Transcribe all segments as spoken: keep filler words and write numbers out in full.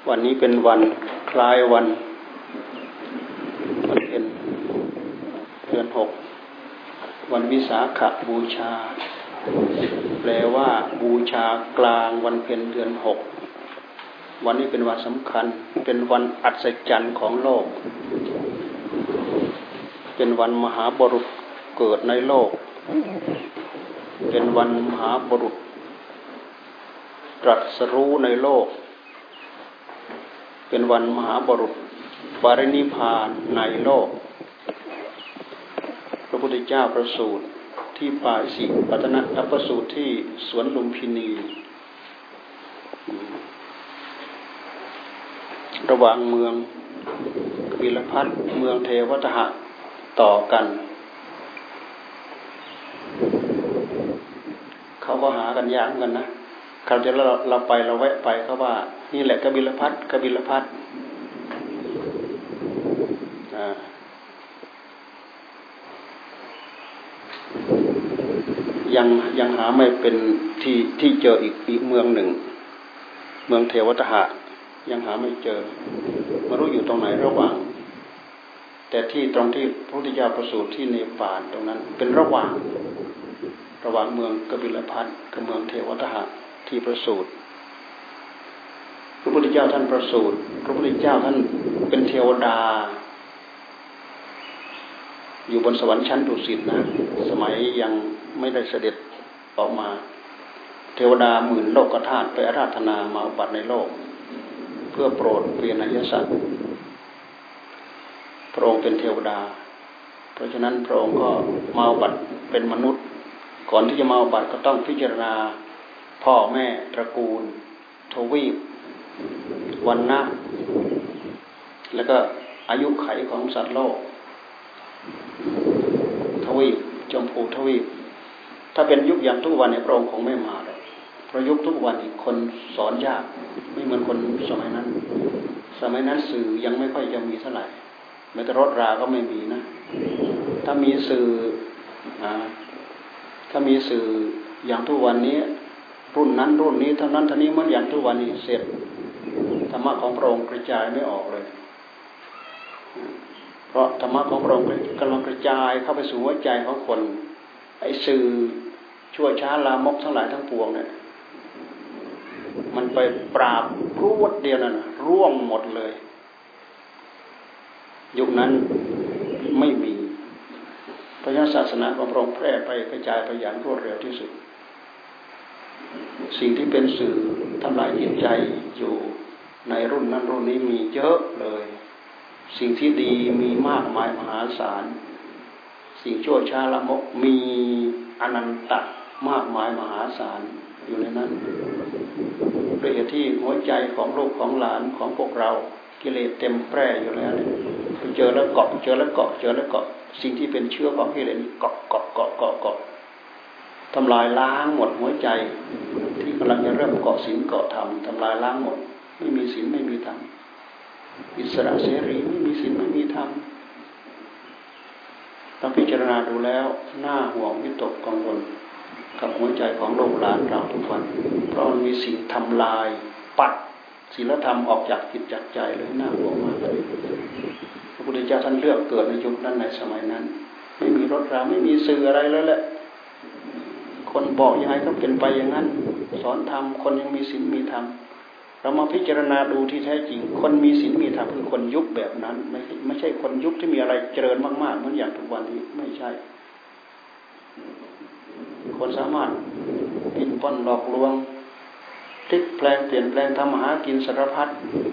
วันนี้เป็นวันคล้ายวันวันเป็นเดือนหกวันวิสาขบูชาแปลว่าบูชากลางวันเพ็ญเดือนหกวันนี้เป็นวันสำคัญเป็นวันอัศจรรย์ของโลกเป็นวันมหาบุรุษเกิดในโลกเป็นวันมหาบุรุษตรัสรู้ในโลกเป็นวันมหาบุรุษปรินิพพานในโลกพระพุทธเจ้าประสูติที่ป่าอิสิปตนะประสูติที่สวนลุมพินีระหว่างเมืองกิลพัสเมืองเทวทหะต่อกันเขาก็หากันยากกันนะคราวที่เราเราไปเราแวะไปเขาว่านี่แหละกบิลพัสกบิลพัสยังยังหาไม่เป็นที่ที่เจออีกอีกเมืองหนึ่งเมืองเทวทหะยังหาไม่เจอไม่รู้อยู่ตรงไหนระหว่างแต่ที่ตรงที่พระพุทธเจ้าประสูติที่เนปาลตรงนั้นเป็นระหว่างระหว่างเมืองกบิลพัสกับเมืองเทวทหะที่ประสูติพระพุทธเจ้าท่านประสูติพระพุทธเจ้าท่านเป็นเทวดาอยู่บนสวรรค์ชั้นดุสิตนะสมัยยังไม่ได้เสด็จออกมาเทวดาหมื่นโลกธาตุไปอาราธนามาอุบัติในโลกเพื่อโปรดเวียนยสัตว์พระองค์เป็นเทวดาเพราะฉะนั้นพระองค์ก็มาอุบัติเป็นมนุษย์ก่อนที่จะมาอุบัติก็ต้องพิจารณาพ่อแม่ตระกูลทวีปวรรณะแล้วก็อายุไขของสัตว์โลกทวีปชมพูทวีปถ้าเป็นยุคอย่างทุกวันนี้พระองค์คงไม่มาหรอกเพราะยุคทุกวันนี้คนสอนยากไม่เหมือนคนสมัยนั้นสมัยนั้นสื่อยังไม่ค่อยจะมีเท่าไหร่แม้แต่รถราก็ไม่มีนะถ้ามีสื่อถ้ามีสื่ออย่างทุกวันนี้รุ่นนั้นรุ่นนี้เท่านั้นเท่านี้เหมือนอย่างทุกวันนี้เสร็จธรรมะของพระองค์กระจายไม่ออกเลยเพราะธรรมะของพระองค์กำลังกระจายเข้าไปสู่หัวใจของคนไอ้สื่อชั่วช้าลามกทั้งหลายทั้งปวงเนี่ยมันไปปราบรวดเดียวนั่นร่วงหมดเลยยุคนั้นไม่มีพระศาสนาของพระองค์แพร่ไปกระจายไปอย่างรวดเร็วที่สุดสิ่งที่เป็นสื่อทำลายจิตใจอยู่ในรุ่นนั้นรุ่นนี้มีเยอะเลยสิ่งที่ดีมีมากมายมหาศาลสิ่งชั่วช้าละมกมีอนันตะมากมายมหาศาลอยู่ในนั้นด้วยเหตุที่หัวใจของลูกของหลานของพวกเรากิเลสเต็มแปร่อยู่แล้วเนี่ยเจอแล้วเกาะเจอแล้วเกาะเจอแล้วเกาะสิ่งที่เป็นเชื้อของกิเลสเกาะเกาะเกาะเกาะเกาะทำลายล้างหมดหัวใจที่กำลังจะเริ่มเกาะศีลเกาะธรรมทำลายล้างหมดไม่มีศีลไม่มีธรรมอิสระเสรีไม่มีศีลไม่มีธรรมเราพิจารณาดูแล้วน่าห่วงวิตกกังวลกับหัวใจของลูกหลานเราทุกวันเพราะมันมีสิ่งทำลายปัดศีลธรรมออกจากจิตจากใจเลยน่าห่วงมากเลยพระพุทธเจ้าท่านเลือกเกิดในยุคนั้นในสมัยนั้นไม่มีรถราไม่มีสื่ออะไรเลยแหละคนบอกยังไงก็เป็นไปอย่างนั้นสอนธรรมคนยังมีศีลมีธรรมเรามาพิจารณาดูที่แท้จริงคนมีศีลมีธรรมคือคนยุคแบบนั้นไม่ไม่ใช่คนยุคที่มีอะไรเจริญมากๆเหมือนอย่างทุกวันนี้ไม่ใช่คนสามารถปิดป้อนหลอกลวงพลิกแปลงเปลี่ยนแปลงทำมาหากินสารพัด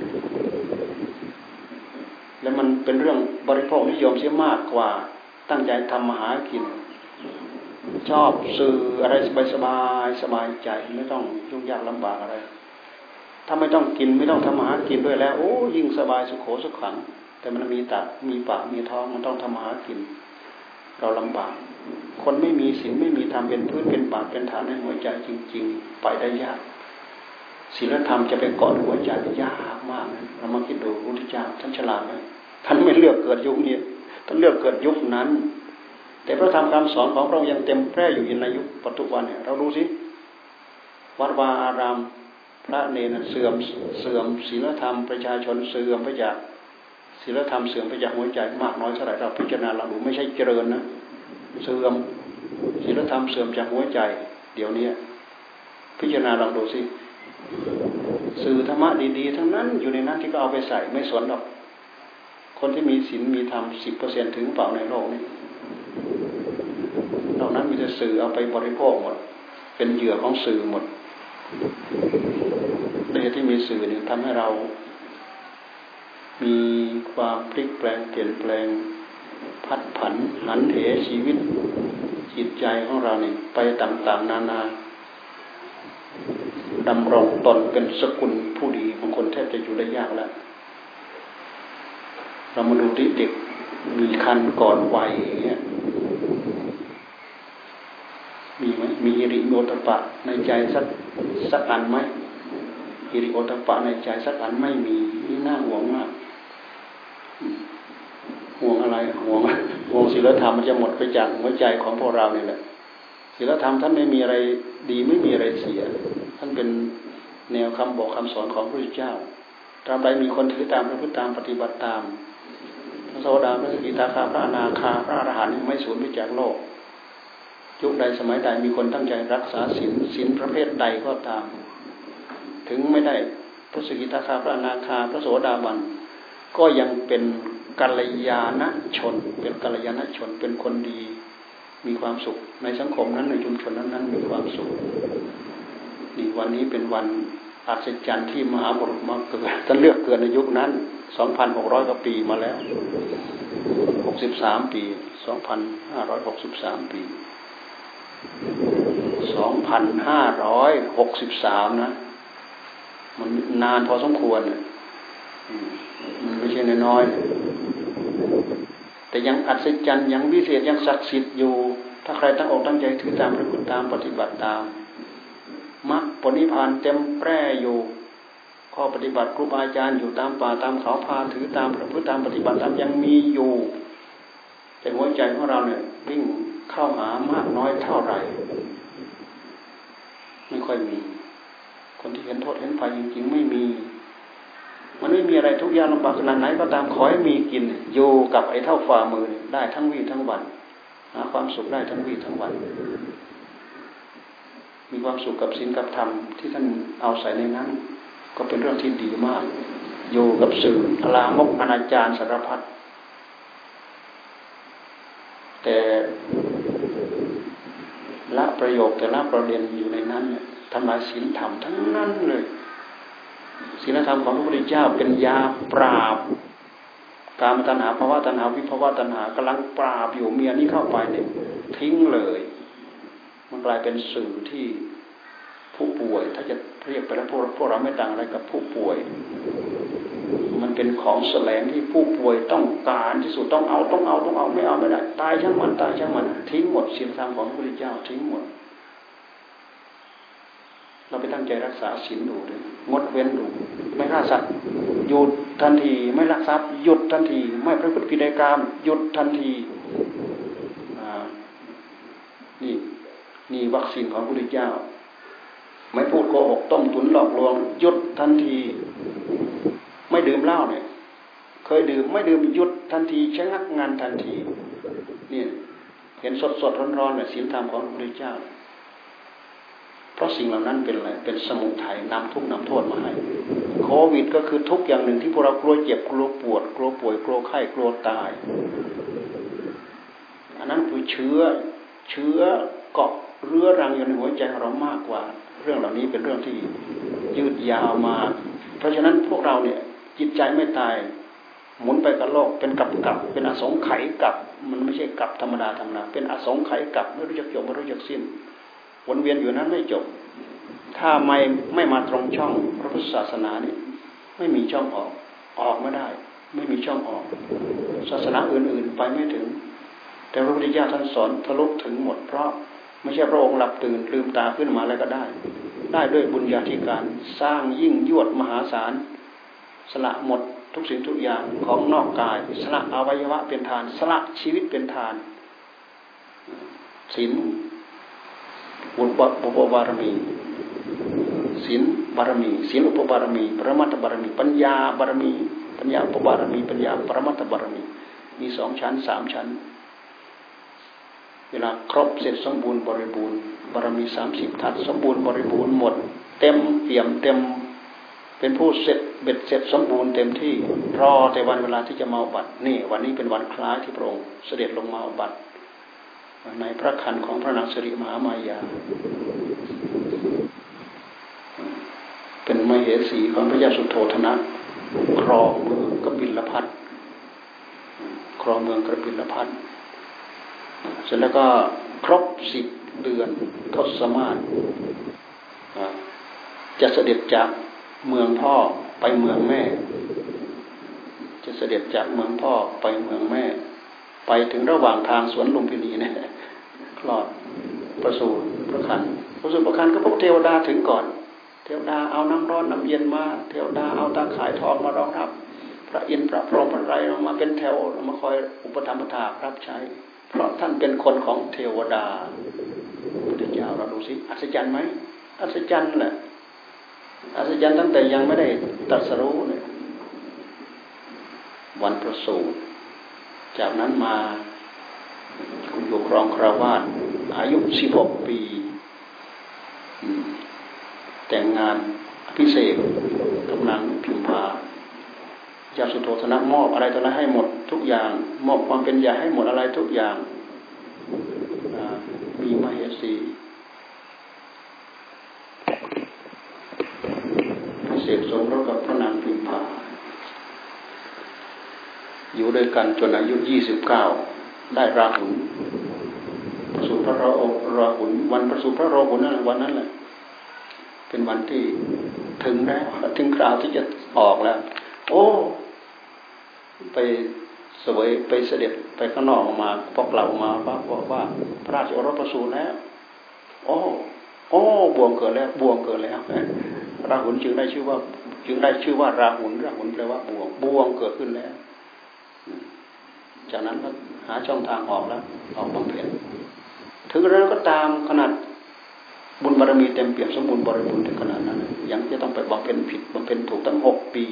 แล้วมันเป็นเรื่องบริโภคนิยมเสียมากกว่าตั้งใจทำมาหากินชอบสื่ออะไรสบายสบายสบายใจไม่ต้องยุ่งยากลำบากอะไรถ้าไม่ต้องกินไม่ต้องทำมาหากินด้วยแล้วโอ้ยิ่งสบายสุขโขสุขขังแต่มันมีตับมีปากมีท้องมันต้องทำมาหากินเราลำบากคนไม่มีศีลไม่มีธรรมเป็นพื้นเป็นปากเป็นฐานในหัวใจจริงๆไปได้ยากศีลธรรมจะไปเกาะหัวใจยากมากเรามาคิดดูพระพุทธเจ้าท่านฉลาดไหมท่านไม่เลือกเกิดยุคนี้ท่านเลือกเกิดยุคนั้นแต่พระธรรมคำสอนของเรายังเต็มแพร่อยู่ในยุคปัจจุบันเนี่ยเราดูสิวัดวาอารามพระเนรเสื่อมเสื่อมศีลธรรมประชาชนเสื่อมไปจากศีลธรรมเสื่อมไปจากหัวใจมากน้อยเท่าไหร่เราพิจารณาเราดูไม่ใช่เจริญนะเสื่อมศีลธรรมเสื่อมจากหัวใจเดี๋ยวนี้พิจารณาลองดูสิสื่อธรรมะดีๆทั้งนั้นอยู่ในนั้นที่ก็เอาไปใส่ไม่สนหรอกคนที่มีศีลมีธรรมสิบเปอร์เซ็นต์ถึงเปล่าในโลกนี้นอกนั้นมีแต่สื่อเอาไปบริโภคหมดเป็นเหยื่อของสื่อหมดในที่มีสื่อเนี่ยทำให้เรามีความพลิกแปลงเปลี่ยนแปลงพัดผันหันเหชีวิตจิตใจของเราเนี่ยไปต่างๆนานาดำรงตนเป็นสกุลผู้ดีบางคนแทบจะอยู่ได้ยากแล้วเรามาดูที่เด็กมีคันก่อนวัยอย่างเงี้ยมีไหมมีฮิริโอตปะในใจสักสักอันไหมฮิริโอตปะในใจสักอันไม่มีนี่น่าห่วงมากห่วงอะไรห่วงห่วงศีลธรรมมันจะหมดไปจากหัวใจของพวกเราเนี่ยแหละศีลธรรมท่านไม่มีอะไรดีไม่มีอะไรเสียท่านเป็นแนวคำบอกคำสอนของพระพุทธเจ้าตราบใดมีคนถือตามประพฤติตามปฏิบัติตามพระโสดาพระสกิทาคาพระอนาคาพระอรหันต์ไม่สูญไปจากโลกยุคใดสมัยใดมีคนตั้งใจรักษาศีลศีลประเภทใดก็ตามถึงไม่ได้พระสกิทาคาพระอนาคาพระโสดาบันก็ยังเป็นกัลยาณชนเป็นกัลยาณชนเป็นคนดีมีความสุขในสังคมนั้นในชุมชนนั้นๆมีความสุขนี่วันนี้เป็นวันอัศจรรย์ที่มหาบุรุษมาเกิดท่านเลือกเกิดในยุคนั้น สองพันหกร้อย กว่าปีมาแล้วหกสิบสามปี สองพันห้าร้อยหกสิบสาม ปี สองพันห้าร้อยหกสิบสาม นะมันนานพอสมควรมันไม่ใช่น้อยๆแต่ยังอัศจรรย์ยังวิเศษยังศักดิ์สิทธิ์อยู่ถ้าใครตั้งอกตั้งใจถือตามประพฤติตามปฏิบัติตามมรรคผลนิพพานเต็มแปร่อยู่ข้อปฏิบัติครูบาอาจารย์อยู่ตามป่าตามเขาพาถือตามประพฤติตามปฏิบัติตามยังมีอยู่แต่หัวใจของเราเนี่ยวิ่งเข้าหามากน้อยเท่าไหร่ไม่ค่อยมีคนที่เห็นโทษเห็นภัยจริงๆไม่มีมันไม่มีอะไรทุกอย่างลำบากขนาดไหนก็ตามขอให้มีกินอยู่กับไอ้เท่าฝ่ามือได้ทั้งวี่ทั้งวันหาความสุขได้ทั้งวี่ทั้งวันมีความสุขกับศีลกับธรรมที่ท่านเอาใส่ในนั้นก็เป็นเรื่องที่ดีมากอยู่กับสื่ออลามกอนาจารสารพัดแต่ละประโยคแต่ละประเด็นอยู่ในนั้นเนี่ยทำลายศีลธรรมทั้งนั้นเลยศีลธรรมของพระพุทธเจ้าเป็นยาปราบกามตัณหาภวตัณหาวิภวตัณหากำลังปราบอยู่เมียนี้เข้าไปเนี่ยทิ้งเลยมันกลายเป็นสื่อที่ผู้ป่วยถ้าจะเรียกไปแล้วพวกพวกเราไม่ต่างอะไรกับผู้ป่วยมันเป็นของแสลงที่ผู้ป่วยต้องการที่สุดต้องเอาต้องเอาต้องเอาไม่เอาไม่ได้ตายช่างมันตายช่างมันทิ้งหมดศีลธรรมของพระพุทธเจ้าทิ้งหมดเราไปตั้งใจรักษาศีลดูด้วยงดเว้นดูไม่ฆ่าสัตว์หยุดทันทีไม่ลักทรัพย์หยุดทันทีไม่ประพฤติผิดในกามหยุดทันทีนี่นี่วัคซีนของพระพุทธเจ้าไม่พูดโกหกต้มตุ๋นหลอกลวงหยุดทันทีไม่ดื่มเหล้าเนี่ยเคยดื่มไม่ดื่มหยุดทันทีชะงักงานทันทีนี่เห็นสดสดร้อนๆเนี่ยศีลธรรมของพระพุทธเจ้าเพราะสิ่งเหล่านั้นเป็นอะไรเป็นสมุทัยนำทุกข์นำโทษมาให้โควิดก็คือทุกอย่างหนึ่งที่พวกเรากลัวเจ็บกลัวปวดกลัวป่วยกลัวไข้กลัวตายอันนั้นคือเชื้อเชื้อเกาะเรื้อรังอยู่ในหัวใจของเรามากกว่าเรื่องเหล่านี้เป็นเรื่องที่ยืดยาวมาเพราะฉะนั้นพวกเราเนี่ยจิตใจไม่ตายหมุนไปกับโลกเป็นกับกับเป็นอสงไขยกับมันไม่ใช่กับธรรมดาธรรมดาเป็นอสงไขยกับไม่รู้จักจบไม่รู้จักสิ้นวนเวียนอยู่นั้นไม่จบถ้าไม่ไม่มาตรงช่องพระพุทธศาสนานี่ไม่มีช่องออกออกไม่ได้ไม่มีช่องออกศาสนาอื่นๆไปไม่ถึงแต่พระพุทธเจ้าท่านสอนทะลุถึงหมดเพราะไม่ใช่พระองค์หลับตื่นลืมตาขึ้นมาแล้วก็ได้ได้ด้วยบุญญาธิการสร้างยิ่งยวดมหาศาลสละหมดทุกสิ่งทุกอย่างของนอกกายสละอวัยวะเป็นทานสละชีวิตเป็นทานศีลบุญบุญบารมีศีลบารมีศีลอุปบารมีปรมัตถบารมีปัญญาบารมีปัญญาอุปบารมีปัญญาปรมัตถบารมีมีสองชั้นสามชั้นเวลาครบเสร็จสมบูรณ์บริบูรณ์บารมีสามสิบทัศสมบูรณ์บริบูรณ์หมดเต็มเปี่ยมเต็มเป็นผู้เสร็จเบ็ดเสร็จสมบูรณ์เต็มที่รอแต่วันเวลาที่จะมาบัตินี่วันนี้เป็นวันคล้ายที่พระองค์เสด็จลงมาบัติในพระคันของพระนางสิริมหามายาเป็นมเหสีของพระยาสุโธทนะครองเมืองกบิลพัสครองเมืองกบิลพัสเสร็จแล้วก็ครบสิบเดือนทศมาศจะเสด็จจากเมืองพ่อไปเมืองแม่จะเสด็จจากเมืองพ่อไปเมืองแม่ไปถึงระหว่างทางสวนลุมพินีเนี่ยคลอดประสูติพระคันประสูติพระคันก็พบเทวดาถึงก่อนเทวดาเอาน้ำร้อนน้ำเย็นมาเทวดาเอาตาข่ายทองมารองรับพระอินทร์พระพรหมพระไรมาเป็นแถวมาคอยอุปถัมภ์ถารับใช้เพราะท่านเป็นคนของเทวดาพุทธเจ้าเราดูสิอัศจรรย์ไหมอัศจรรย์แหละอัศจรรย์ตั้งแต่ยังไม่ได้ตรัสรู้เลยวันประสูติจากนั้นมาอยู่ครองคราวาสอายุสิบหกปีแต่งงานอภิเษกกำนันพิมพายาสุโธทนะมอบอะไรต่ออะไรให้หมดทุกอย่างมอบความเป็นใหญ่ให้หมดอะไรทุกอย่างมีมเหสีพิเศษสมรสกับพระนางพิมพาอยู่ด้วยกันจนอายุยี่สิบเก้าได้ราหุลประสูติพระราหุลวันประสูติพระราหุลนั่นวันนั้นแหละเป็นวันที่ถึงแล้วถึงคราวที่จะออกแล้วโอ้ไปสวยไปเสด็จไปข้างนอกออกมาพอกลับมาบอกว่าพระราชโอรสประสูติแล้วโอ้โอ้บวงเกิดแล้วบวงเกิดแล้วราหุลจึงได้ชื่อว่าจึงได้ชื่อว่าราหุลราหุลแปลว่าบวงบวงเกิดขึ้นแล้วจากนั้นก็หาช่องทางออกแล้วออกบำเพ็ญถึงแล้วก็ตามขนาดบุญบารมีเต็มเปี่ยมสมบูรณ์บริบูรณ์ถึงขนาดนั้นยังจะต้องไปบำเพ็ญผิดบำเพ็ญถูกตั้งหกปี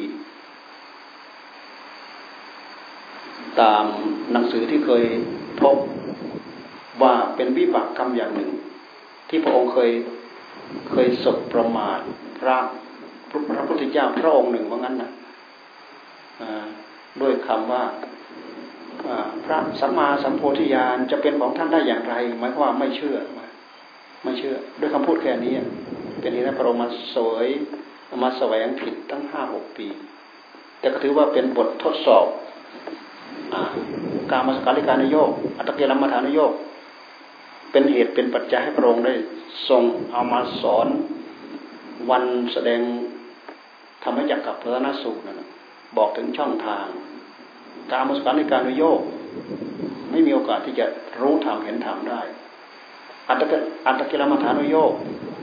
ตามหนังสือที่เคยพบว่าเป็นวิบากกรรมอย่างหนึ่งที่พระองค์เคยเคยสบประมาทพระพระพุทธเจ้าพระองค์หนึ่งว่างั้นนะด้วยคำว่าพระสัมมาสัมโพธิญาณจะเป็นของท่านได้อย่างไรหมายความว่าไม่เชื่อไม่เชื่อด้วยคำพูดแค่นี้เป็นนี้นะพระองค์มาสวยมาแสวงผิดตั้งห้าหกปีแต่ก็ถือว่าเป็นบททดสอบกามสกาลิกานโยกอัตตกิลมัฏฐานโยกเป็นเหตุเป็นปัจจัยให้พระองค์ได้ทรงเอามาสอนวันแสดงธรรมจักรกับพระนสูตรนั่นบอกถึงช่องทางกามสกาลิกานโยกไม่มีโอกาสที่จะรู้ธรรมเห็นธรรมได้อัตตอัตตกิลมัฏฐานโยก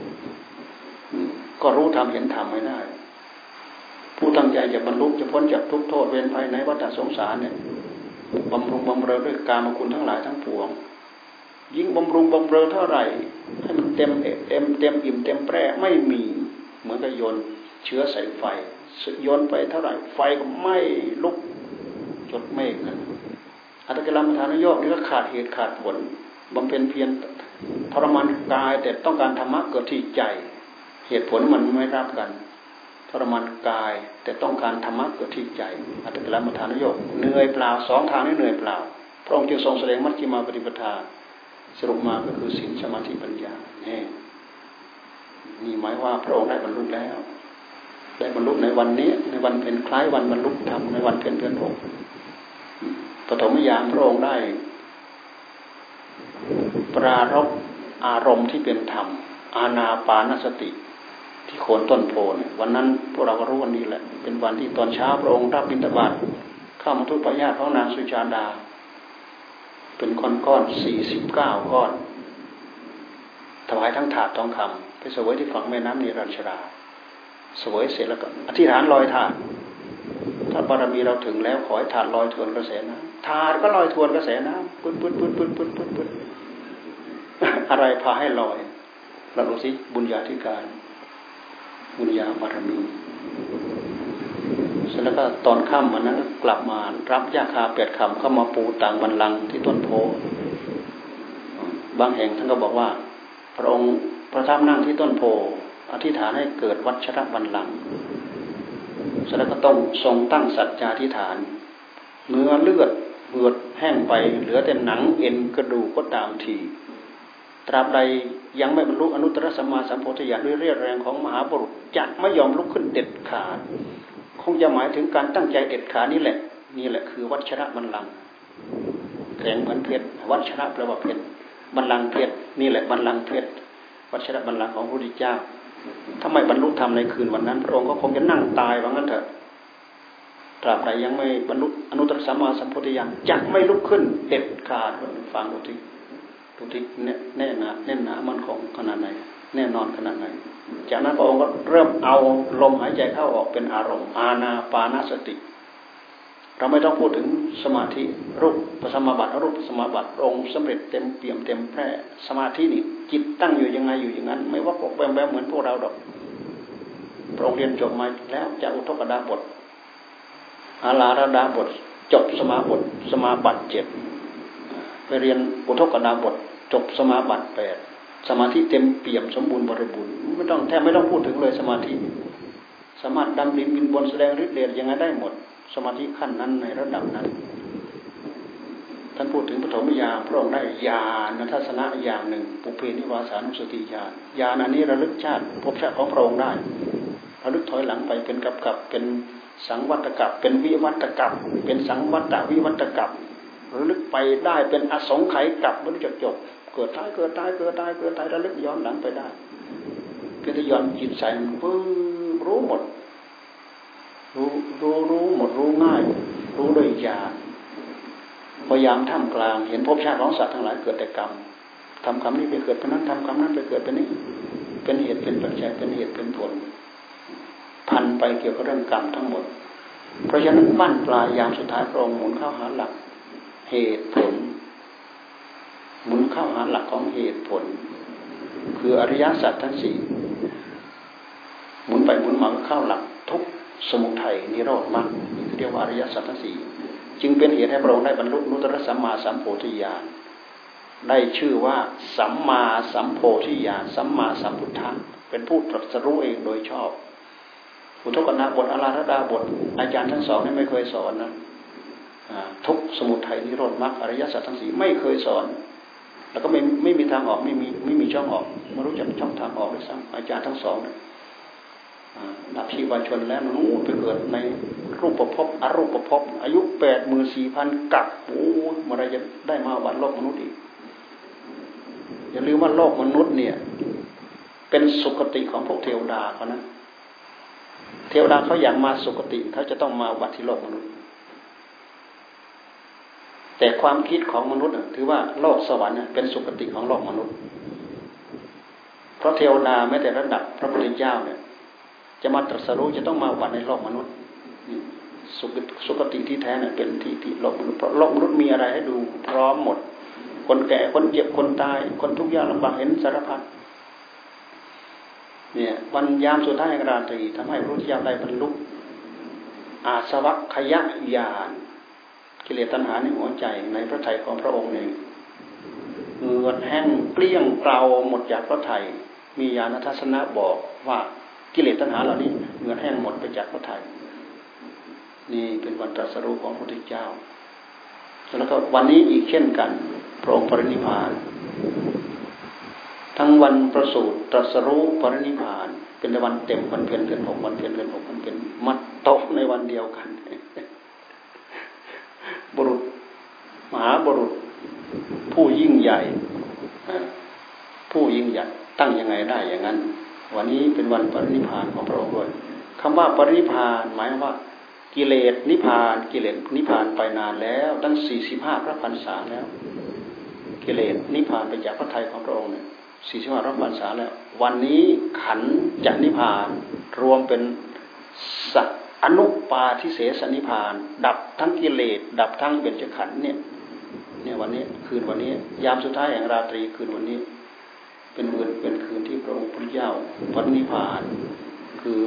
ก็รู้ธรรมเห็นธรรมไม่ได้ผู้ตั้งใจจะบรรลุจะพ้นจากทุกโทษเวรภัยในวัฏสงสารเนี่ยบำรุงบำเรอด้วยกามคุณทั้งหลายทั้งปวงยิ่งบำรุงบำเรอเท่าไหร่ให้มันเต็มเต็มเต็มอิ่มเต็มแปร่ไม่มีเหมือนกับโยนเชื้อใส่ไฟโยนไปเท่าไหร่ไฟก็ไม่ลุกจดเมฆกันอัตตกิลมัฏฐานโยกนี่ก็ขาดเหตุขาดผลบำเพ็ญเพียรทรมานกายแต่ต้องการธรรมะเกิดที่ใจเหตุผลมันไม่รับกันทรมานกายแต่ต้องการธรรมะเกิดที่ใจอัตตกิลมัฏฐานโยกเหนื่อยเปล่าสองทางนี้เหนื่อยเปล่าพระองค์จึงทรงแสดงมัชฌิมาปฏิปทาสรุปมาก็คือศีลสมาธิปัญญานี่นี่หมายว่าพระองค์ได้บรรลุแล้วได้บรรลุในวันนี้ในวันเป็นคล้ายวันบรรลุธรรมในวันเพ็ญเดือนหกปฐมยามพระองค์ได้ปรารภอารมณ์ที่เป็นธรรมอานาปานสติที่โคนต้นโพเนี่ยวันนั้นพวกเราก็รู้วันนี้แหละเป็นวันที่ตอนเช้าพระองค์รับบิณฑบาตเข้ามาทุบปะญาติของนางสุชาดาเป็นก้อนก้อนสี่สิบเก้าก้อนถวายทั้งถาดทองคำไปเสวยที่ฝั่งแม่น้ำนิรัญชราเสวยเสร็จแล้วก็อธิษฐานลอยถาดถ้าบารมีเราถึงแล้วขอให้ถาดลอยทวนกระแสน้ำถาดก็ลอยทวนกระแสน้ำปึ๊ดปึ๊ดปึ๊ดปึ๊ดปึ๊ดปึ๊ดปึ๊ดอะไรพาให้ลอยเราดูสิบุญญาธิการบุญญาบารมีเสร็จแล้วก็ตอนค่ำวันนั้นกลับมารับยาคาแปดคำเข้ามาปูต่างบัลลังก์ที่ต้นโพบางแห่งท่านก็บอกว่าพระองค์ประทับนั่งที่ต้นโพอธิษฐานให้เกิดวัชรบัลลังก์เสร็จแล้วก็ต้องทรงตั้งสัจจาธิษฐานเนื้อเลือดเหือดแห้งไปเหลือแต่หนังเอ็นกระดูกก็ตามทีตราบใดยังไม่บรรลุอนุตตรสัมมาสัมโพธิญาณด้วยเรี่ยวแรงของมหาบุรุษจะไม่ยอมลุกขึ้นเด็ดขาดคงจะหมายถึงการตั้งใจเด็ดขาดนี่แหละนี่แหละคือวัชรบัลลังก์แข็งเหมือนเพชรวัชระแปลว่าเพชรบัลลังก์เพชรนี่แหละบัลลังก์เพชรวัชรบัลลังก์ของพระพุทธเจ้าถ้าไม่บรรลุธรรมในคืนวันนั้นพระองค์ก็คงจะนั่งตายว่างั้นเถอะตราบใดยังไม่บรรลุอนุตตรสัมมาสัมโพธิญาณจะไม่ลุกขึ้นเด็ดขาดฟังดูทีดูทีแน่หนาแน่นหนามันของขนาดไหนแน่นอนขนาดไหนจากนั้นพระองค์ก็เริ่มเอาลมหายใจเข้าออกเป็นอารมณ์อานาปานสติเราไม่ต้องพูดถึงสมาธิรูปสมาบัติอรูปสมาบัติองค์สำเร็จเต็มเปี่ยมเต็มแพร่สมาธินี่จิตตั้งอยู่ยังไงอยู่อย่างนั้นไม่ว่าพวกแวมแวมเหมือนพวกเราดอกพระองค์เรียนจบมาแล้วจากอุทกดาบทอาลาระดาบทจบสมาบทสมาบัติเจ็ดไปเรียนอุทกดาบทจบสมาบัติแปดสมาธิเต็มเปี่ยมสมบูรณ์บริบูรณ์ไม่ต้องแทบไม่ต้องพูดถึงเลยสมาธิสามารถดำดินบินบนแสดงฤทธิ์เดชยังไงได้หมดสมาธิขั้นนั้นในระดับนั้นท่านพูดถึงปฐมญาณพระองค์ได้ญาณทัศนะอย่างหนึ่งปุเพนิวาสานุสติญาณญาณอันนี้ระลึกชาติภพชาติของพระองค์ได้ระลึกถอยหลังไปเป็นกับกับเป็นสังวัตกับเป็นวิวัตกับเป็นสังวัตวิวัตกับระลึกไปได้เป็นอสงไขยกับไม่รู้จักจบเกิดตายเกิดตายเกิดตายเกิดตายระลึกย้อนหลังไปได้เพื่อจะย้อนจิตใส่ปื้อรู้หมดรู้รู้รู้หมดรู้ง่ายรู้โดยญาณพยายามท่ามกลางเห็นภพชาติของสัตว์ทั้งหลายเกิดแต่กรรมทำกรรมนี้ไปเกิดเป็นนั้นทำกรรมนั้นไปเกิดเป็นนี้เป็นเหตุเป็นปัจจัยเป็นเหตุเป็นผลพันไปเกี่ยวกับเรื่องกรรมทั้งหมดเพราะฉะนั้นบั้นปลายยามสุดท้ายพระองค์หมุนเข้าหาหลักเหตุผลหมุนเข้าหาหลักของเหตุผลคืออริยสัจทั้งสี่หมุนไปหมุนมาก็เข้าหลักทุกสมุทัยนิโรธมรรคเรียกว่าอริยสัจทั้งสี่จึงเป็นเหตุให้พระองค์ได้บรรลุอนุตตรสัมมาสัมโพธิญาณได้ชื่อว่าสัมมาสัมโพธิญาณสัมมาสัมพุทธะเป็นผู้ตรัสรู้เองโดยชอบอุทกนาบทอาราธดาบทอาจารย์ทั้งสองนี่ไม่เคยสอนนะทุกสมุทัยนิโรธมรรคอริยสัจทั้งสี่ไม่เคยสอนแล้วก็ไม่ไม่มีทางออกไม่มีไม่มีช่องออกไม่รู้จักช่องทางออกเลยซ้ำอาจารย์ทั้งสองเนี่ยดับชีวชนแล้วนู้นไปเกิดในรูปภพอรูปภพอายุแปดหมื่นสี่พันกับโอ้เมื่อไรจะได้มาวันโลกมนุษย์อีกอย่าลืมว่าโลกมนุษย์เนี่ยเป็นสุคติของพวกเทวดาเขานะเทวดาเขาอยากมาสุคติเขาจะต้องมาวัดที่โลกมนุษย์แต่ความคิดของมนุษย์ถือว่าโลกสวรรค์เป็นสุคติของโลกมนุษย์เพราะเทวดาแม้แต่ระดับพระพุทธเจ้าเนี่ยจะมาตรัสรู้จะต้องมาวัดในโลกมนุษย์สุคติที่แท้เนี่ยเป็นที่ที่โลกมนุษย์เพราะโลกมนุษย์มีอะไรให้ดูพร้อมหมดคนแก่คนเจ็บคนตายคนทุกข์ยากลำบากเห็นสารพัดเนี่ยวันยามสุดท้ายแห่งราตรีทำให้พระพุทธเจ้าได้บรรลุอาสวัคยญาณกิเลสตัณหาในหัวใจในพระทัยของพระองค์เนี่ยเหงื่อแห้งเกลี้ยงเกลาหมดจากพระทัยมีญาณทัศนะบอกว่ากิเลสตัณหาเหล่านี้เหงื่อแห้งหมดไปจากพระทัยนี่เป็นวันตรัสรู้ของพระพุทธเจ้าแล้วก็วันนี้อีกเช่นกันพระองค์ปรินิพพานทั้งวันประสูติตรัสรู้ปรินิพพานเป็นวันเต็มวันเพ็ญเดือนหกวันเพ็ญเดือนหกมันเป็นมัดโตในวันเดียวกันบุรุษมหาบุรุษผู้ยิ่งใหญ่ผู้ยิ่งใหญ่ตั้งยังไงได้อย่างนั้นวันนี้เป็นวันปรินิพพานของพระองค์ด้วยคำว่าปรินิพพานหมายว่ากิเลสนิพพานกิเลสนิพพานไปนานแล้วตั้งสี่สิบห้าพระพรรษาแล้วกิเลสนิพพานไปจากพระทัยของพระองค์เนี่ยสี่สิบห้าพระพรรษาแล้ววันนี้ขันธ์จะนิพพานรวมเป็นสัจอนุปาทิเสสนิพพานดับทั้งกิเลสดับทั้งเบญจขันธ์เนี่ยเนี่ยวันนี้คืนวันนี้ยามสุดท้ายแห่งราตรีคืนวันนี้เป็นวันเป็นคืนที่พระองค์พุทธเจ้าปรินิพพานคือ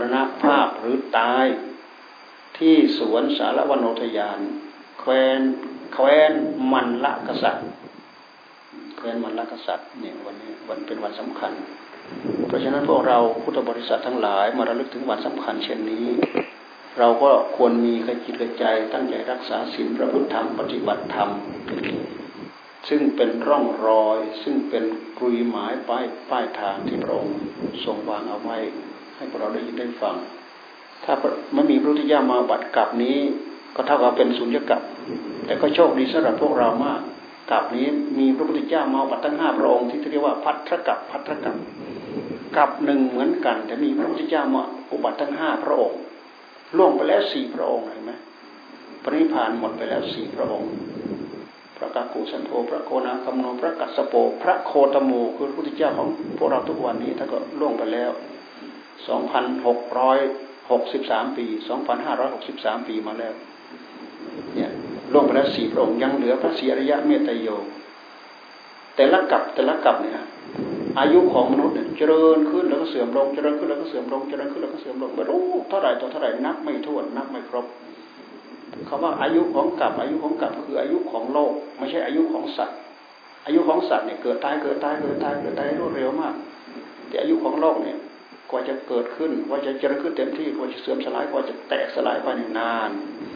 รณภาพหรือตายที่สวนสารวนโนทยานแคว้นแคว้นมันละกษัตริย์แคว้นมันละกษัตริย์เนี่ยวันนี้วันเป็นวันสำคัญเพราะฉะนั้นพวกเราพุทธบริษัททั้งหลายมาระลึกถึงวันสำคัญเช่นนี้เราก็ควรมีกระจิตกระใจตั้งใจรักษาศีลพระพุทธธรรมปฏิบัติธรรมซึ่งเป็นร่องรอยซึ่งเป็นกรุยหมายป้ายป้ายทางที่พระองค์ทรงวางเอาไว้ให้พวกเราได้ยินได้ฟังถ้าไม่มีพระพุทธเจ้ามาบัดกลับนี้ก็เท่ากับเป็นสุญญกลับแต่ก็โชคดีสำหรับพวกเรามากกลับนี้มีพระพุทธเจ้ามาบัดทั้งห้าพระองค์ที่เรียกว่าพัทธกลับพัทธกลับกลับหนึ่งเหมือนกันแต่มีพระพุทธเจ้ามาอุบัติทั้งห้าพระองค์ล่วงไปแล้วสี่พระองค์เห็นไหมปรินิพพานหมดไปแล้วสี่พระองค์พระกากุสันโธพระโคนาคัมโนพระกัสสโปพระโคตโมคือพระพุทธเจ้าของพวกเราทุกวันนี้ท่านก็ล่วงไปแล้ว สองพันหกร้อยหกสิบสาม ปี สองพันห้าร้อยหกสิบสาม ปีมาแล้วเนี่ยล่วงไปแล้วสี่พระองค์ยังเหลือพระศรีอริยะเมตไตรโยแต่ละกลับแต่ละกลับเนี่ยอายุของมนุษย์เนี่ยเจริญขึ้นแล้วก็เสื่อมลงเจริญขึ้นแล้วก็เสื่อมลงเจริญขึ้นแล้วก็เสื่อมลงไม่รู้เท่าไหร่ต่อเท่าไหร่นับไม่ถ้วนนับไม่ครบคำว่าอายุของกลับอายุของกลับคืออายุของโลกไม่ใช่อายุของสัตว์อายุของสัตว์เนี่ยเกิดตายเกิดตายเกิดตายเกิดตายรวดเร็วมากแต่อายุของโลกเนี่ยกว่าจะเกิดขึ้นกว่าจะเจริญขึ้นเต็มที่กว่าจะเสื่อมสลายกว่าจะแตกสลายไปนาน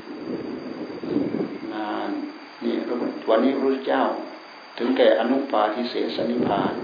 นานนี่วันนี้พระพุทธเจ้าถึงแก่อนุปาทิเสสนิพพาน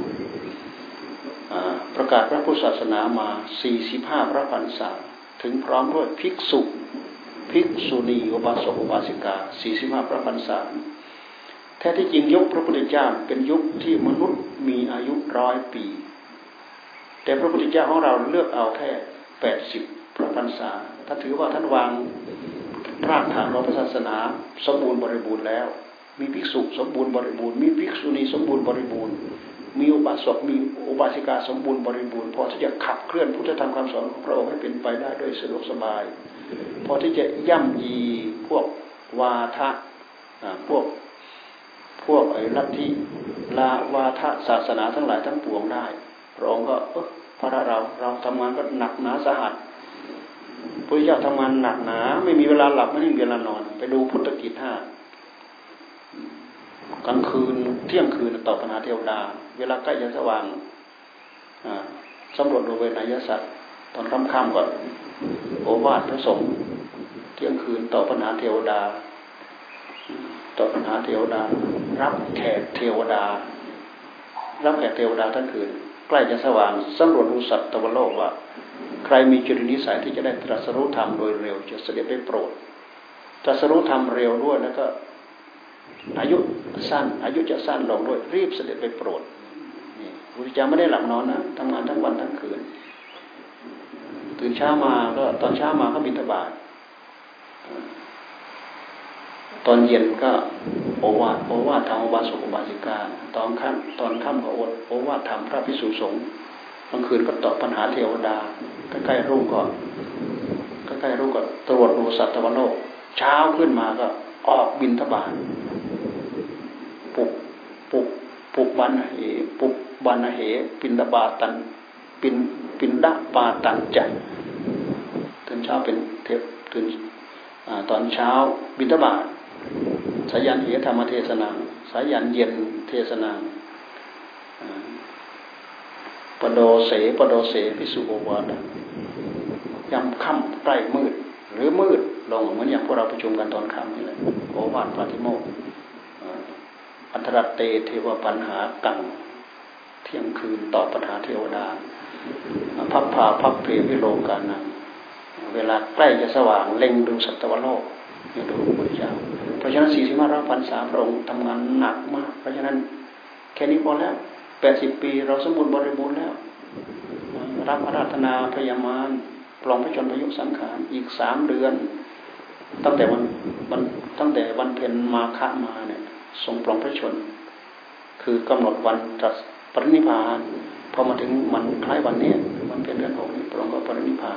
ประกาศพระพุทธศาสนามาสี่สิบห้าพระพรรษาถึงพร้อมด้วยภิกษุภิกษุณีอุบาสกอุบาสิกาสี่สิบห้าพระพรรษาแท้ที่จริงยุคพระพุทธเจ้าเป็นยุคที่มนุษย์มีอายุร้อยปีแต่พระพุทธเจ้าของเราเลือกเอาแค่แปดสิบพระพรรษาถ้าถือว่าท่านวางรากฐานของพระศาสนาสมบูรณ์บริบูรณ์แล้วมีภิกษุสมบูรณ์บริบูรณ์มีภิกษุณีสมบูรณ์บริบูรณ์มีอุบาสกมีอุบาสิกาสมบูรณ์บริบูรณ์พอที่จะขับเคลื่อนพุทธธรรมคำสอนของพระองค์ให้เป็นไปได้โดยสะดวกสบายพอที่จะย่ำยีพวกวาทะพวกพวกไอ้ลัทธิลาวาทะศาสนาทั้งหลายทั้งปวงได้พระองค์ก็เออพระเราเราทำงานก็หนักหนาสาหัสพระเจ้าทำงานหนักหนาไม่มีเวลาหลับไม่มีเวลานอนไปดูพุทธกิจห้ากลางคืนเที่ยงคืนตอบปัญหาเทวดาเวลาใกล้จะสว่างสำรวจดูเวนยสัตว์ตอนค่ำๆก่อนโอวาทพระสงฆ์เที่ยงคืนตอบปัญหาเทวดาตอบปัญหาเทวดารับแขกเทวดารับแขกเทวดาทั้งคืนใกล้จะสว่างสำรวจดูสัตว์ตวโลกว่าใครมีจริตนิสัยที่จะได้ตรัสรู้ธรรมโดยเร็วจะเสด็จไปโปรดตรัสรู้ธรรมเร็วด้วยแล้วก็อายุสั้นอายุจะสั้นลงด้วยรีบเสด็จไปโปรดนี่พระพุทธเจ้าไม่ได้หลับนอนนะทำงานทั้งวันทั้งคืนตื่นเช้ามาก็ตอนเช้ามาก็บิณฑบาตตอนเย็นก็โอวาทโอวาทธรรมอุบาสกอุบาสิกาตอนค่ำตอนค่ำก็โอวาทธรรมพระภิกษุสงฆ์กลางคืนก็ตอบปัญหาเทวดาใกล้ๆรุ่งก็ใกล้ๆรุ่งก็ตรวจดูสัตว์ตวโลกเช้าขึ้นมาก็ออกบิณฑบาตปุกปุกปุกบันเหปุกบันเหปินดาบาตันปินปินดาปาตันจันตื่นเช้าเป็นเทพตื่นตอนเช้าบิณฑบาตสายันเหธรรมเทศนาสายันเย็นเทศนาปโดเสปโดเสภิกษุโอวาทยามค่ำใกล้มืดหรือมืดลงเหมือนอย่างพวกเราประชุมกันตอนค่ำนี่แหละโอวาทปาฏิโมกข์อัตรเตเทวปัญหากังเที่ยงคืนตอบปัญหาเทวดาพัพพาพัพเพวิโลกานังเวลาใกล้จะสว่างเล็งดูสัตวโลกนี่ดูพระพุทธเจ้าเพราะฉะนั้นสี่สิบห้าพรรษาพระองค์ทำงานหนักมากเพราะฉะนั้นแค่นี้พอแล้วแปดสิบปีเราสมบูรณ์บริบูรณ์แล้วรับอาราธนาพยามารปลงพระชนพยุสังขารอีกสามเดือนตั้งแต่วันวันตั้งแต่วันเพ็ญมาฆมาเนี่ยทรงปลงพระชนคือกำหนดวันตรัสปรินิพพานพอมาถึงมันคล้ายวันนี้มันเป็นเดือนหกนี้พระองค์ก็ปรินิพพาน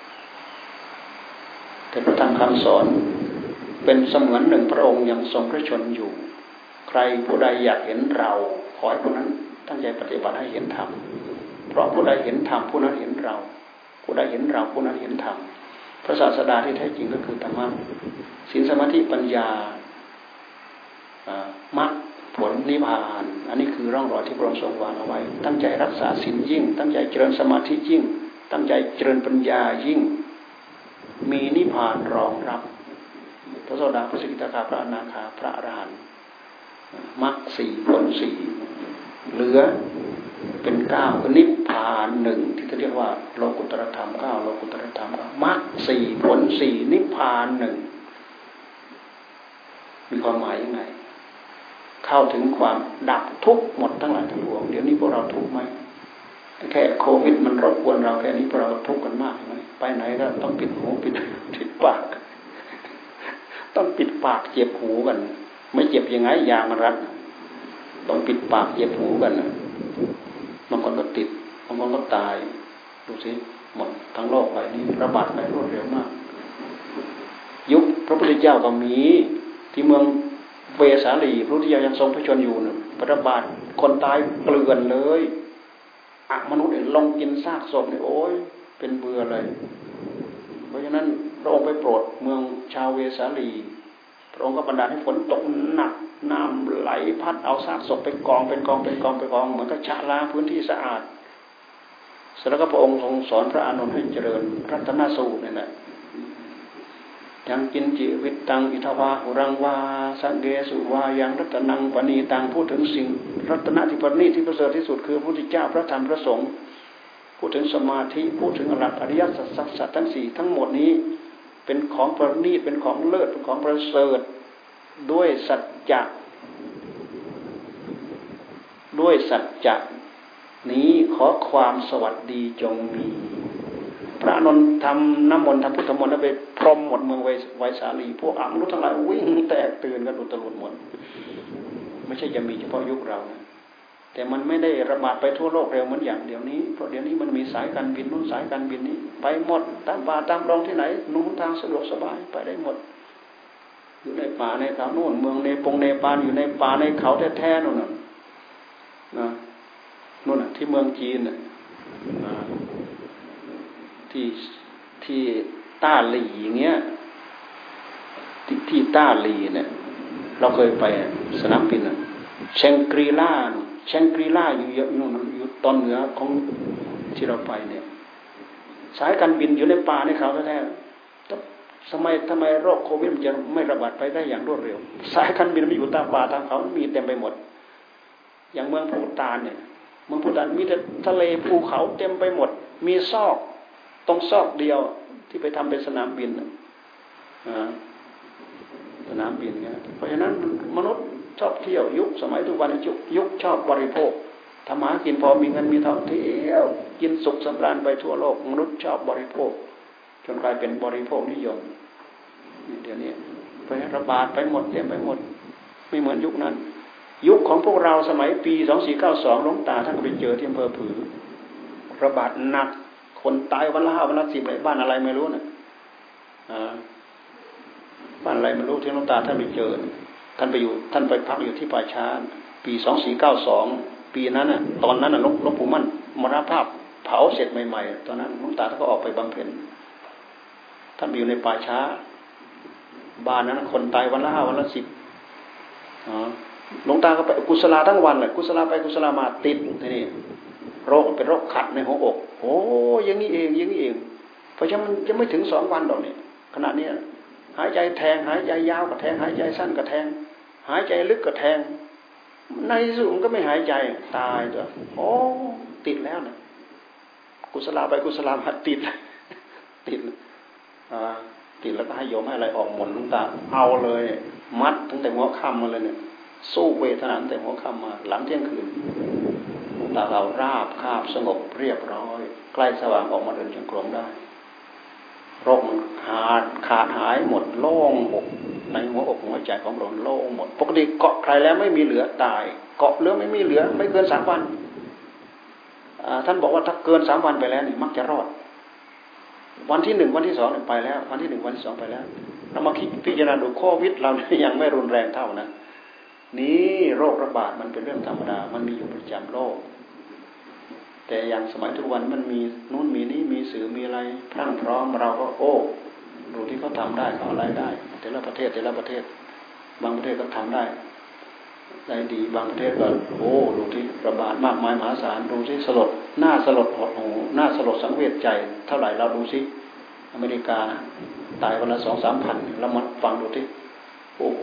แต่พระธรรมคำสอนเป็นเสมือนหนึ่งพระองค์ยังทรงพระชนอยู่ใครผู้ใดอยากเห็นเราขอให้ผู้นั้นตั้งใจปฏิบัติให้เห็นธรรมเพราะผู้ใดเห็นธรรมผู้นั้นเห็นเราผู้ใดเห็นเราผู้นั้นเห็นธรรมพระศาสดาที่แท้จริงก็คือธรรมะศีลสมาธิปัญญามรรคผลนิพพานอันนี้คือร่องรอยที่พระองค์ทรงวางเอาไว้ตั้งใจรักษาศีลยิ่งตั้งใจเจริญสมาธิยิ่งตั้งใจเจริญปัญญายิ่งมีนิพพานรองรับพระโสดาพระสกิทาคาพระอนาคาพระอรหันต์มรรคสี่ผลสี่เหลือเป็นเก้าคือนิพพานหนึ่งที่เขาเรียกว่าโลกุตตรธรรมเก้าโลกุตตรธรรมมรรคสี่ผลสี่นิพพานหนึ่งมีความหมายยังไงเข้าถึงความดับทุกข์หมดทั้งหลายทั้งปวงเดี๋ยวนี้พวกเราทุกข์ไหมแค่โควิดมันรบกวนเราแค่นี้พวกเราทุกข์กันมากไหมไปไหนก็ต้องปิดหูปิดปิดปากต้องปิดปากเจ็บหูกันไม่เจ็บยังไงยางมันรัดต้องปิดปากเจ็บหูกันบางคนก็ติดบางคนก็ตายดูสิหมดทั้งโลกไปนี้ระบาดไปรวดเร็วมากยุคพระพุทธเจ้าก็มีที่เมืองเวสาลีพระพุทธเจ้ายังทรงพระชนอยู่นะระบาดคนตายเกลื่อนเลยอมนุษย์ลงกินซากศพเนี่ยโอ้ยเป็นเบื่อเลยเพราะฉะนั้นพระองค์ไปโปรดเมืองชาวเวสาลีพระองค์ก็บันดาลให้ฝนตกหนักน้ำไหลพัดเอาซากศพไปกองเป็นกองเป็นกองเป็นกองเหมือนกับชะล้างพื้นที่สะอาดเสร็จแล้วก็พระองค์ทรงสอนพระอานนท์ให้เจริญรัตนสูตรนี่แหละยังกินจิวิตตังอิทวาหุรังวาสังเกสุวายังรัตนังปณีตังพูดถึงสิ่งรัตนะที่ประณีตที่ประเสริฐที่สุดคือพระพุทธเจ้าพระธรรมพระสงฆ์พูดถึงสมาธิพูดถึงอรัตอริยสัจสัจทั้งสี่ทั้งหมดนี้เป็นของประณีตเป็นของเลิศเป็นของประเสริฐด้วยสัจจะด้วยสัจจะนี้ขอความสวัสดีจงมีพระอานนท์ทำน้ำมนต์ทำพุทธมนต์แล้วไปพรมหมดเมืองไวสาลีพวกอมนุษย์ทั้งหลายวิ่งแตกตื่นกันอุตลุดหมดไม่ใช่จะมีเฉพาะยุคเรานะแต่มันไม่ได้ระบาดไปทั่วโลกเร็วเหมือนอย่างเดี๋ยวนี้เพราะเดี๋ยวนี้มันมีสายการบินนู้นสายการบินนี้ไปหมดตามป่าตามดงที่ไหนนุ่งทางสะดวกสบายไปได้หมดอยู่ในป่าในเขาโน่นเมืองในปงเนปาลอยู่ในป่าในเขาแท้ๆนู่นน่ะนะนู่นน่ะที่เมืองจีนน่ะที่ที่ต้าหลี่อย่างเงี้ยที่ที่ต้าหลี่เนี่ยเราเคยไปสนามบินน่ะแชงกรีล่าแชงกรีล่าอยู่เยอะนู่นอยู่ตอนเหนือของที่เราไปเนี่ยสายการบินอยู่ในป่าในเขาแท้ๆทำไมทำไมโรคโควิดมันจะไม่ระบาดไปได้อย่างรวดเร็วสายการบินมันอยู่ตามป่าตามเขามีเต็มไปหมดอย่างเมืองภูฏานเนี่ยเมืองภูฏานมีแต่ทะเลภูเขาเต็มไปหมดมีซอกตรงซอกเดียวที่ไปทำเป็นสนามบินสนามบินเนี่ยเพราะฉะนั้นมนุษย์ชอบเที่ยวยุคสมัยทุกวันยุคยุคชอบบริโภคทำหากินพอมีเงินมีทองเที่ยวกินสุขสำราญไปทั่วโลกมนุษย์ชอบบริโภคจนกลายเป็นบริโภคนิยมเดี๋ยวนี้ไประบาดไปหมดเต็มไปหมดไม่เหมือนยุคนั้นยุคของพวกเราสมัยปีสองสี่เก้าสองหลวงตาท่านก็ไปเจอที่อำเภอผือระบาดหนักคนตายวันละห้าวันละสิบอะไรบ้านอะไรไม่รู้น่ะบ้านอะไรไม่รู้ที่หลวงตาท่านไปเจอท่านไปอยู่ท่านไปพักอยู่ที่ป่าช้าปีสองสี่เก้าสองปีนั้นน่ะตอนนั้นน่ะหลวงปู่มั่นมรณภาพเผาเสร็จใหม่ๆตอนนั้นหลวงตาท่านก็ออกไปบำเพ็ญท่านไปอยู่ในป่าช้าบ้านนั้นคนตายวันละห้าวันละสิบหลวงตาก็ไปกุศลาทั้งวันแหละกุศลาไปกุศลามาติดที่นี่โรคเป็นโรคขัดในหัวอกโอ้ยังนี้เองยังนี้เองเพราะฉะนั้นมันจะไม่ถึงสองวันหรอกเนี่ยขณะนี้หายใจแทงหายใจยาวก็แทงหายใจสั้นก็แทงหายใจลึกก็แทงในสุดมันก็ไม่หายใจตายตัวโอ้ติดแล้วนะกุศลาไปกุศลามาติดติดอ่าติดแล้วก็ให้โยมให้อะไรออกหมดลุงตาเอาเลยมัดตั้งแต่หัวค่ำมาเลยเนี่ยสู้เวทนาตั้งแต่หัวค่ำมาหลังเที่ยงคืนลุงตาเราราบคาบสงบเรียบร้อยใกล้สว่างออกมาเดินจงกรมได้โรคมันขาดขาดหายหมดโล่งอกในหัวอกหัวใจของเราโล่งหมดปกติเกาะใครแล้วไม่มีเหลือตายเกาะเหลือไม่มีเหลือไม่เกินสามวันท่านบอกว่าถ้าเกินสามวันไปแล้วนี่มักจะรอดวันที่หนึ่งวันที่สองไปแล้ววันที่หนึ่งวันที่สองไปแล้วเรามาคิดพิจารณาดูโควิดเรายังไม่รุนแรงเท่านะนี่โรคระบาดมันเป็นเรื่องธรรมดามันมีอยู่ประจำโลกแต่อย่างสมัยทุกวันมันมีนู่นมีนี่มีสื่อมีอะไรพรั่งพร้อมเราก็โอ้ดูที่เขาทำได้เขาอะไรได้แต่ละประเทศแต่ละประเทศบางประเทศก็ทำได้ได้ดีบางประเทศก็โอ้ดูที่ระบาดมากมายมหาศาลดูที่สลดหน้าสลดหดหูหน้าสลดสังเวชใจเท่าไหร่เราดูสิอเมริกาตายวันละสองสามพันเรามาฟังดูที่โอ้โห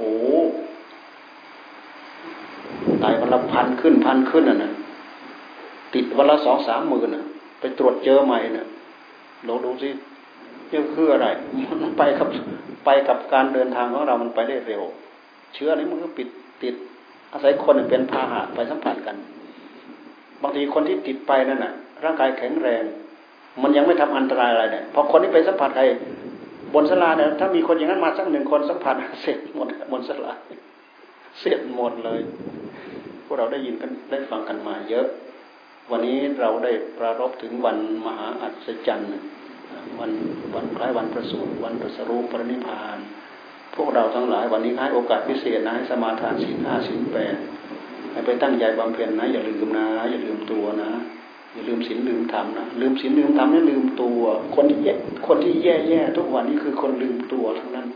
ตายวันละพันขึ้นพันขึ้นอ่ะนะติดวันละสองสามหมื่นอ่ะไปตรวจเจอใหม่น่ะเราดูสินี่คืออะไรมันไปกับไปกับการเดินทางของเรามันไปได้เร็วเชื้อนี้มันก็ปิดติดอาศัยคนเป็นพาหะไปสัมผัสกันบางทีคนที่ติดไปนั่นน่ะร่างกายแข็งแรงมันยังไม่ทำอันตรายอะไรเนี่ยพอคนที่ไปสัมผัสใครบนศาลาเนี่ยถ้ามีคนอย่างนั้นมาสักหนึ่งคนสัมผัสเสร็จหมดบนศาลาเสร็จหมดเลยพวกเราได้ยินกันได้ฟังกันมาเยอะวันนี้เราได้ประรบถึงวันมหาอัศจรรย์วันวันคล้ายวันประสูติวันตรัสรู้ปรินิพพานพวกเราทั้งหลายวันนี้ให้โอกาสพิเศษนะให้สมาทานศีลห้าศีลแปดให้ไปตั้งใจบำเพ็ญนะอย่าลืมนะอย่าลืมตัวนะอย่าลืมศีลลืมธรรมนะลืมศีลลืมธรรมนี่ลืมตัวคนที่แย่คนที่แย่แย่ทุกวันนี้คือคนลืมตัวทั้งนั้น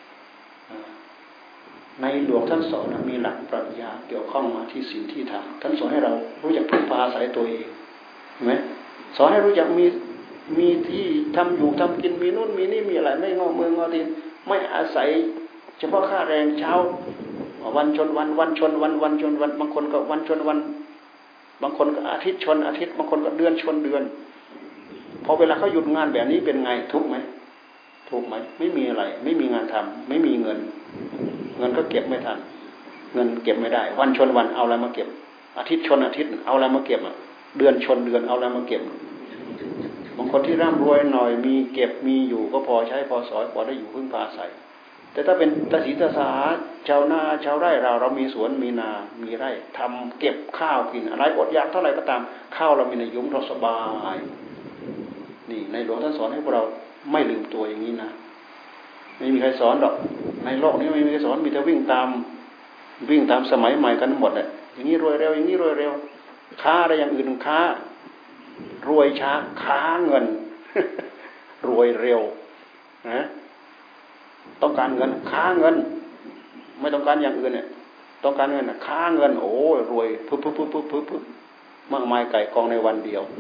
ในหลวงท่านสอนมีหลักปรัชญาเกี่ยวข้องมาที่ศีลที่ธรรมท่านสอนให้เรารู้จักพึ่งพาอาศัยตัวเองเห็นไหมสอนให้รู้จักมีมีที่ทำอยู่ทำกินมีนู่นมีนี่มีอะไรไม่งอมืองอตีนไม่อาศัยเฉพาะค่าแรงเช้าวันชนวันวันชนวันวันชนวันบางคนก็วันชนวันบางคนก็อาทิตย์ชนอาทิตย์บางคนก็เดือนชนเดือนพอเวลาเขาหยุดงานแบบนี้เป็นไงทุกไหมทุกไหมไม่มีอะไรไม่มีงานทำไม่มีเงินเงินก็เก็บไม่ทันเงินเก็บไม่ได้วันชนวันเอาอะไรมาเก็บอาทิตย์ชนอาทิตย์เอาอะไรมาเก็บอ่ะเดือนชนเดือนเอาอะไรมาเก็บบางคนที่ร่ำรวยหน่อยมีเก็บมีอยู่ก็พอใช้พอสอยพอได้อยู่พึ่งพาอาศัยแต่ถ้าเป็นตาสีตาสาชาวนาชาวไร่เราเรามีสวนมีนามีไร่ทำเก็บข้าวกินอะไรอดอยากเท่าไหร่ก็ตามข้าวเรามีในยุ้งเราสบายนี่ในหลวงท่านสอนให้พวกเราไม่ลืมตัวอย่างนี้นะไม่มีใครสอนหรอกในโลกนี้ไม่มีใครสอนมีแต่วิ่งตามวิ่งตามสมัยใหม่กันหมดเลยอย่างนี้รวยเร็วอย่างนี้รวยเร็วค้าอะไรอย่างอื่นค้ารวยช้าค้าเงิน รวยเร็วนะต้องการเงินค้าเงินไม่ต้องการอย่างอื่นเนี่ยต้องการเงินค้าเงินโอ้ยรวยปึ๊บปึ๊บปึ๊บปึ๊บปึ๊บมากมายไก่กองในวันเดียว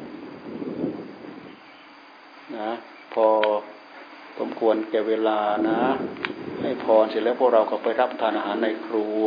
นะพอสมควรแก่เวลานะให้พรเสร็จแล้วพวกเราก็ไปรับทานอาหารในครัว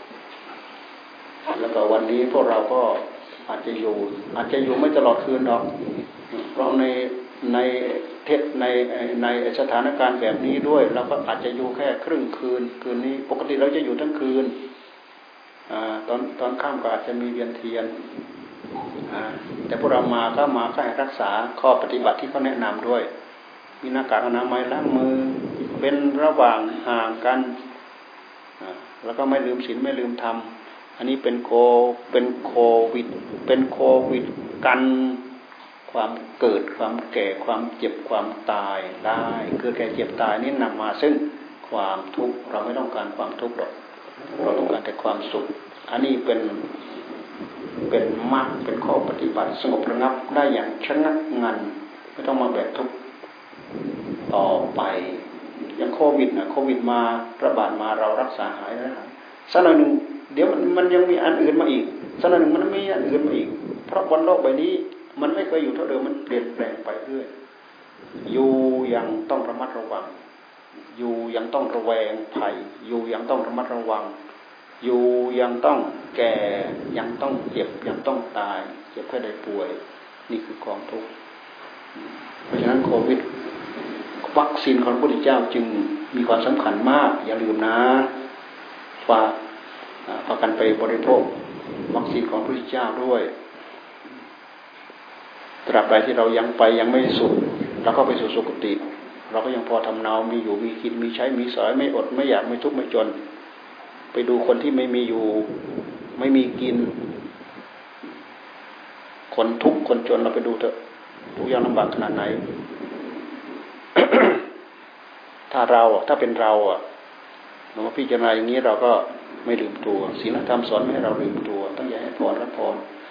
แล้วก็วันนี้พวกเราก็อาจจะอยู่อาจจะอยู่ไม่ตลอดคืนหรอกเพราะในในเทศในในสถานการณ์แบบนี้ด้วยเราก็อาจจะอยู่แค่ครึ่งคืนคืนนี้ปกติเราจะอยู่ทั้งคืนอ่าตอนตอนค่ำก็อาจจะมีเวียนเทียนอ่าแต่พวกเรามาก็มาก็ให้รักษาข้อปฏิบัติที่เขาแนะนำด้วยมีหน้ากากอนามัยล้างมือเป็นระหว่างห่างกันอ่าแล้วก็ไม่ลืมศีลไม่ลืมธรรมอันนี้เป็นโคเป็นโควิดเป็นโควิดกันความเกิดความแก่ความเจ็บความตายได้เกิดแก่เจ็บตายนี่นำมาซึ่งความทุกข์เราไม่ต้องการความทุกข์หรอกเราต้องการแต่ความสุขอันนี้เป็นเป็นมรรคเป็นข้อปฏิบัติสงบระงับได้อย่างชะงักงันไม่ต้องมาแบกทุกข์ต่อไปอย่างโควิดนะโควิดมาระบาดมาเรารักษาหายแล้วสักหน่อยหนึ่งเดี๋ยวมันมันยังมีอันอื่นมาอีกสักหน่อยหนึ่งมันมีอันอื่นมาอีกเพราะบนโลกใบนี้มันไม่เคยอยู่เท่าเดิมมันเปลี่ยนแปลงไปเรื่อยอยู่ยังต้องระมัดระวังอยู่ยังต้องระแวงภัยอยู่ยังต้องระมัดระวังอยู่ยังต้องแก่ยังต้องเจ็บยังต้องตายเจ็บแค่ได้ป่วยนี่คือกองทุกข์เพราะฉะนั้นโควิดวัคซีนของพระพุทธเจ้าจึงมีความสำคัญมากอย่าลืมนะฝากพากันไปบริโภควัคซีนของพระพุทธเจ้าด้วยตราบใดที่เรายังไปยังไม่สุดเราก็ไปสู่สุคติเราก็ยังพอทำเนามีอยู่มีกินมีใช้มีสอยไม่อดไม่อยากไม่ทุกข์ไม่จนไปดูคนที่ไม่มีอยู่ไม่มีกินคนทุกข์คนจนเราไปดูเถอะทุกอย่างลำบากขนาดไหน ถ้าเราถ้าเป็นเราอ่ะเรามาพิจารณาอย่างนี้เราก็ไม่ลืมตัวศีลธรรมสอนให้เราลืมตัวต้องอย่าให้พรรับพร